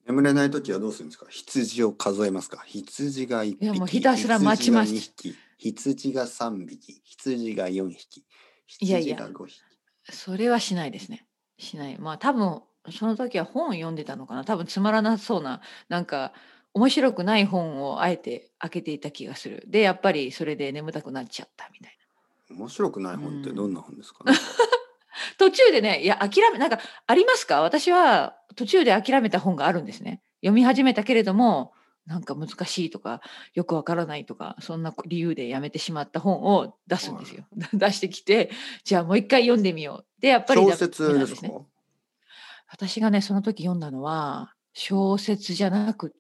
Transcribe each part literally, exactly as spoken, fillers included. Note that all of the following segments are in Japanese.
眠れないときはどうするんですか？羊を数えますか？羊が一いやもうひ匹、 たすら待ち羊がます。 二匹、羊が三匹、羊が四匹、羊いやいや、 が五匹。 それはしないですね。しない。まあ多分その時は本を読んでたのかな。多分つまらなそうな、なんか面白くない本をあえて開けていた気がする。で、やっぱりそれで眠たくなっちゃったみたい面白くないな。う本ってどんん。 な本ですかね？ 途中でね、いや諦めなんかありますか？私は途中で諦めた本があるんですね。読み始めたけれども、なんか難しいとか、よくわからないとか、そんな理由でやめてしまった本を出すんですよ。 はい。 出してきて、じゃあもう一回読んでみよう。で、やっぱり小ダメ説ですか？ なんですね。私がね、その時読んだのは、小説じゃなくって、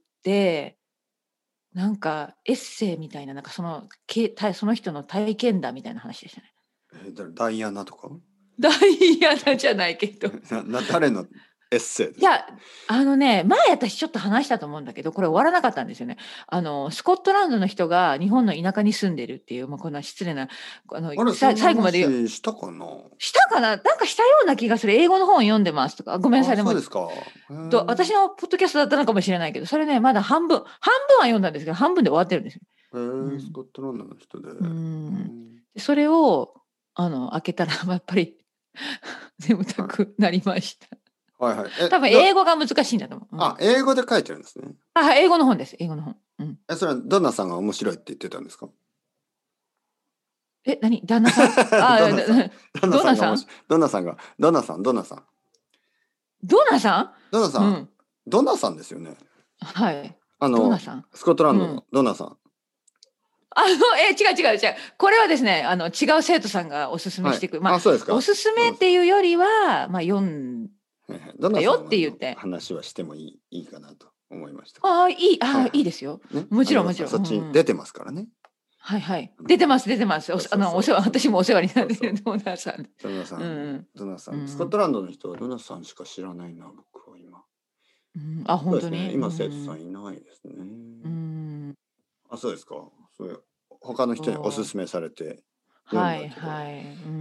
なんかエッセイみたいな、なんかその、けたその人の体験談みたいな話でしたね。 えーだダイアナとか？ ダイアナじゃないけど。 なな誰のエッセイですか？ いや、あのね、前私ちょっと話したと思うんだけど、これ終わらなかったんですよね。あの、スコットランドの人が日本の田舎に住んでるっていう、まあ、こんな失礼な、あの、 あれ、そさんな最後までよ話したかな？ したかな？なんかしたような気がする。英語の本読んでますとか、ごめんなさあ、 い、でも、 そうですか。へと、私ーのポッドキャストだったのかもしれないけど、それね、まだ半分半分は読んだんですけど、半分で終わってるんですよ。 へースうん。 コットランドの人で。 ううん。 ん。 それを、あの、開けたら、ま、やっぱり眠たはい。 くなりました。 はいはい。え、 多分英ど語が難しいんだと思う。うん。 あ、英語で書いてるんですね。 あ、はい、英語の本です。英語の本。うん。 え、それはどんなさんが面白いって言ってたんですか？ え、何？旦那さん？ああ、だどんなさんどんなドナさん？ さんが面白いどんなさんがどんなさんどんなさんドナさどんなさんん？うん。 どんなさんですよね。 はい。 あの、 ドナさん？ スコットランドのうん。 どんなさん。 あの、え、違う違う違う。これはですね、あの、違う生徒さんがお勧めはい。 してくまあ、 あ、そうですか。 お勧めっどんなさん。 ていうよりは、ま、読んはいはい。どんだよなさんはのって言って。 話はしてもいいいいかなと思いました。 ああ、いい、ああ、 はいはい。 いいですよ。 ね、 もあ、どんなさん、 ちろんもちろん。 そっうんうん。 ちに出てますからね。 はいはい。 うん。 出てます出てます。おそうすあの、お世話そうそう。その私もお世話になってるそうそう。 ドナさん。 ドナさんうんうん。 ドナさん。スコッうん。 トランドの人はドナさんしか知らないな、僕は今。 うん。あ、ほそうですね。 んとに？う今生徒さん。 んいないですね。 うーん。 あ、そうですか。そういう他の人におそう。 勧めされて読んはいだけど、 はい。うん。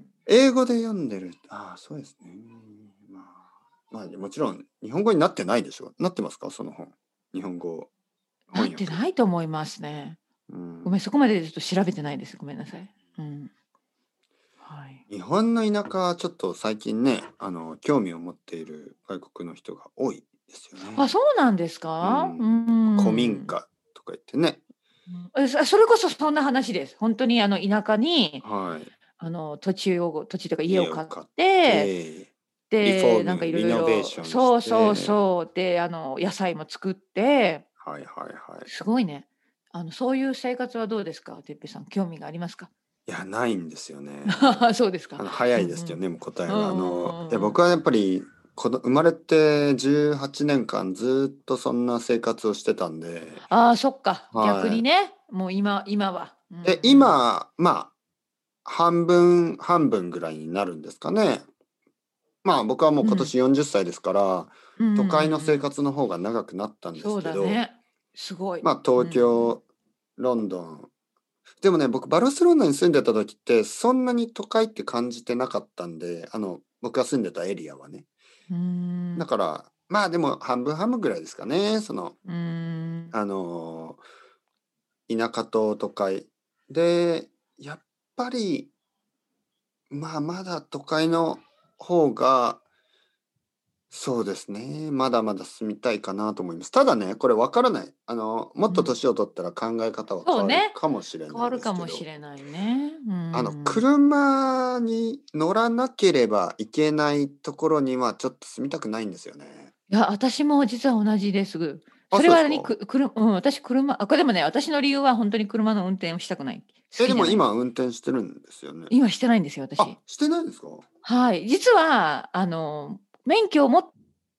英語で読んでる。ああ、そうですね。まあ、まあ、もちろん日本語になってないでしょ。なってますか？その本。日本語なって翻訳。 ないと思いますね。 うん。 ごめん、そこまでちょっと調べてないです。ごめんなさい。うん。はい。 日本の田舎はちょっと最近ね、あの、興味を持っている外国の人が多いですよあ、 ね。 そうなんですうか？うーん。古民ん。 家とか言ってね。 うん、え、そそれこそそんな話です。ほんとにあの田舎に、 はい。 あの土地を土地というか家を買っ家を買って、 て、リフォで、 ーム、 なんかいろいリノベーろションしそうそうて、 そう、で、あの野菜も作って、 はいはいはい。 すごいね。あのそういう生活はどうですか？てっぺいさん、興味がありますか？ いや、ないんですよね。 そうですか。 あの、早うんういですよん。 ね、もう答えうんうが。あの、いや、 んうんうん。 僕はやっぱり、この生まれてじゅうはちねんかんずっとそんな生活をしてたんで、 ああ、そっか、逆はい。 にね、もう今今は。うんうで、 ん。 今、まあ、半分半分ぐらいになるんですかね。まあ、僕はもううん。 今年よんじゅっさいですから、 うんうんうん都会の生うん。 活の方が長くなったんですそうけど、 だね。すごい。 まあ、 う東ん。 京、ロンドン、でもね、僕バルセロナに住んでた時って、そんなに都会って感じてなかったんで、あの、僕が住んでたエリアはね。 うーん。 だから、まあでも半分半分ぐらいですかね。その、 うーん。 あのー田舎と都会。で、やっぱり、まあまだ都会の方が、そうですね。まだまだ住みたいかなと思います。ただね、これわからない。あの、もっとうん。 年を取ったら考え方は変わるそうね。 かもしれない変わるかですけど、 もしれないね。うあの、 ん。 車に乗らなければいけないところにはちょっと住みたくないんですよね。 いや、私も実は同じです。 あ、 それそうですか？ はにくくるうん、私車あ、これでもね、私の理由はほんとに車の運転をしたくない。好え、でもきじゃない。 今運転してるんですよね？ 今してないんですよ、 あ、 私。 してないんですか？ はい。実はあの、免許をも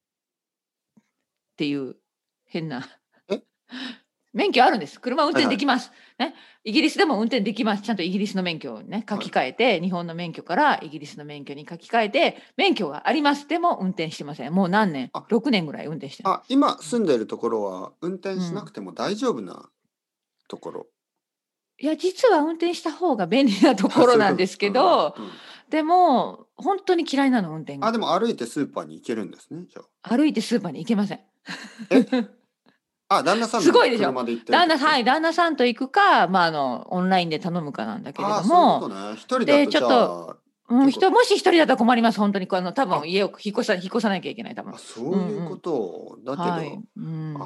っていう変なえ？ 免許あるんです。車運はいはい。 転できます。ね。イギリスでも運転できます。ちゃんとイギリスの免許をね、書はい。 き換えて、日本の免許からイギリスの免許に書き換えて、免許があります。でも運転してません。もう何年、 あ、 ろくねんぐらい運転してない。 あ、今住んでるところは運転うん。 しなくても大丈夫なところ。 いや、実は運転した方が便利なとあ、 ころそういうこと。 なんですけうん、 ど、 うん。 でも、本当に嫌いなの、運転あ、 が。 でも歩いてスーパーに行けるんですね、じゃあ。 歩いてスーパーに行けません。 えあ、旦那さんのすごいでしょ。 車で行ってるって旦那、はこと？ い、旦那さんと行くか、まあ、あの、オンラインで頼むかなんだけれああ、 どそういうことも、 ね。一人だで、 とじゃちょっと、 あ、 うん、 結構、 人もし一人だったら困ります、本当に。この多あ、 分家を引っ越さ引っ越さなきゃいけない、多分。 あ、そうんういうこうん。 とだけはい。 ど、 うん。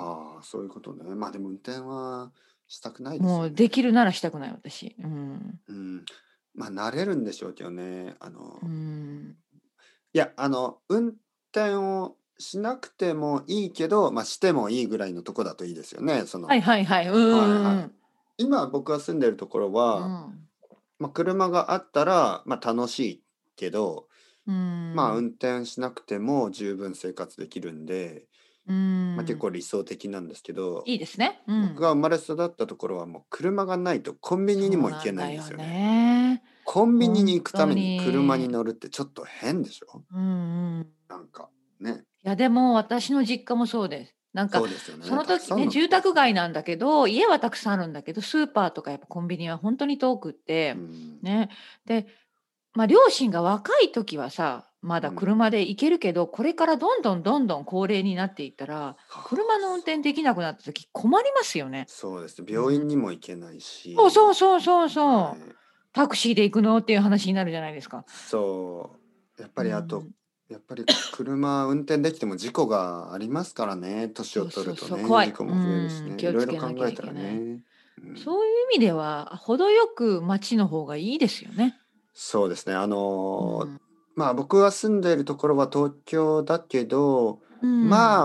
ああ、そういうことね。まあでも運転はしたくないですもうよね。 できるならしたくない、私。うん。 うん。まあ慣れるんでしょうけどね。あうの、 ん。 いや、あの、運転をしなくてもいいけど、まあしてもいいぐらいのとこだといいですよね。そはいの、 はいはい。うんうはいはい。 んうん。 今僕が住んでるところは、 うん。 まあ車があったら、まあ楽しいけど、 うまあん。 運転しなくても十分生活できるんで、 うまあ結ん。 構理想的なんですけど、 いいですね。うん。 僕が生まれ育ったところはもう車がないとコンビニにそうも行けななんだよいんですよね。 ね。 コンビニに本行くた当めに車にに。 乗るってちょっと変でしょ？ うんうん。 なんか、ね。 いや、でも私の実家もそうです。なんか、 そうですよそね。 の時ね、 たくさんの住そうですね。 宅街なんだけど、家はたくさんあるんだけど、スーパーとかやっぱコンビニは本当に遠くっうて、 ん。 ね。で、ま、両親が若い時はさ、まだうん。 車で行けるけど、これからどんどんどんどん高齢になっていったら、 そう車の運そう。 転できなくなった時困りますよね。 そうです。 うん。 病院にも行けないそうそうし、 そうそうそう。 はい。 タクシーで行くのっていう話になるじゃないですか。 そう。やっぱりあと、 うん。 やっぱり車運転できても事故がありますからね。年をそうそうそう、 取るとね、 怖い。う事故も増えるしん、 ね。 気をいろいろつけなきゃい考えたらけない。 ね。うん。 そういう意味では、程よく街の方がいいですよね。 そうですね。あの、 うん。 まあ僕が住んでいるところは東京だけど、 うん。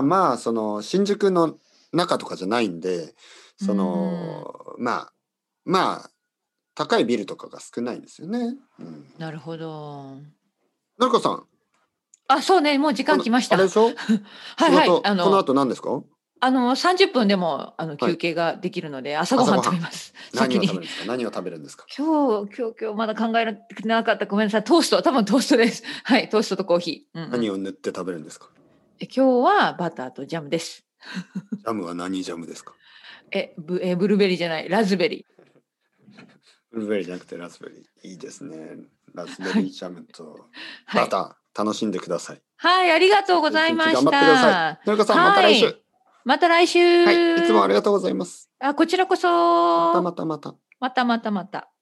まあまあ、その新宿の中とかじゃないんで、 うそん。 の、まあ、まあ、高いビルとかが少ないんですよね。うん。 なるほど。 のりこさん、 あ、そうね、もう時この、 間来ました。 あれでしょ？ はいはい。 仕事、 あのこの後何ですか？ あの、さんじゅっぷんでも、あの、 はい。 休憩ができるので、朝ごはん朝ごはん。 食べます、 何先に。 を食べるんですか？何を食べるんですか？ 今日今日今日まだ考えられてなかった。ごめんなさい。トースト、多分トーストです。はい、トーストとコーヒー。うんうん。 何を塗って食べるんですか？ え、今日はバターとジャムです。 ジャムは何ジャムですか？ え、ブえ、ブルーベリーじゃない、ラズベリー。 ブルーベリーじゃなくてラズベリー。いいですね。ラズベはい。 リージャムとはい。 バター、楽しんでください。 はい、ありがとうご一日頑ざいまし張ってください。 た。 のりこさん、また来週。 はい。また来はい、いつもあり週。 がとうございます。 あ、こちらこそ。 またまたまた。 またまたまた。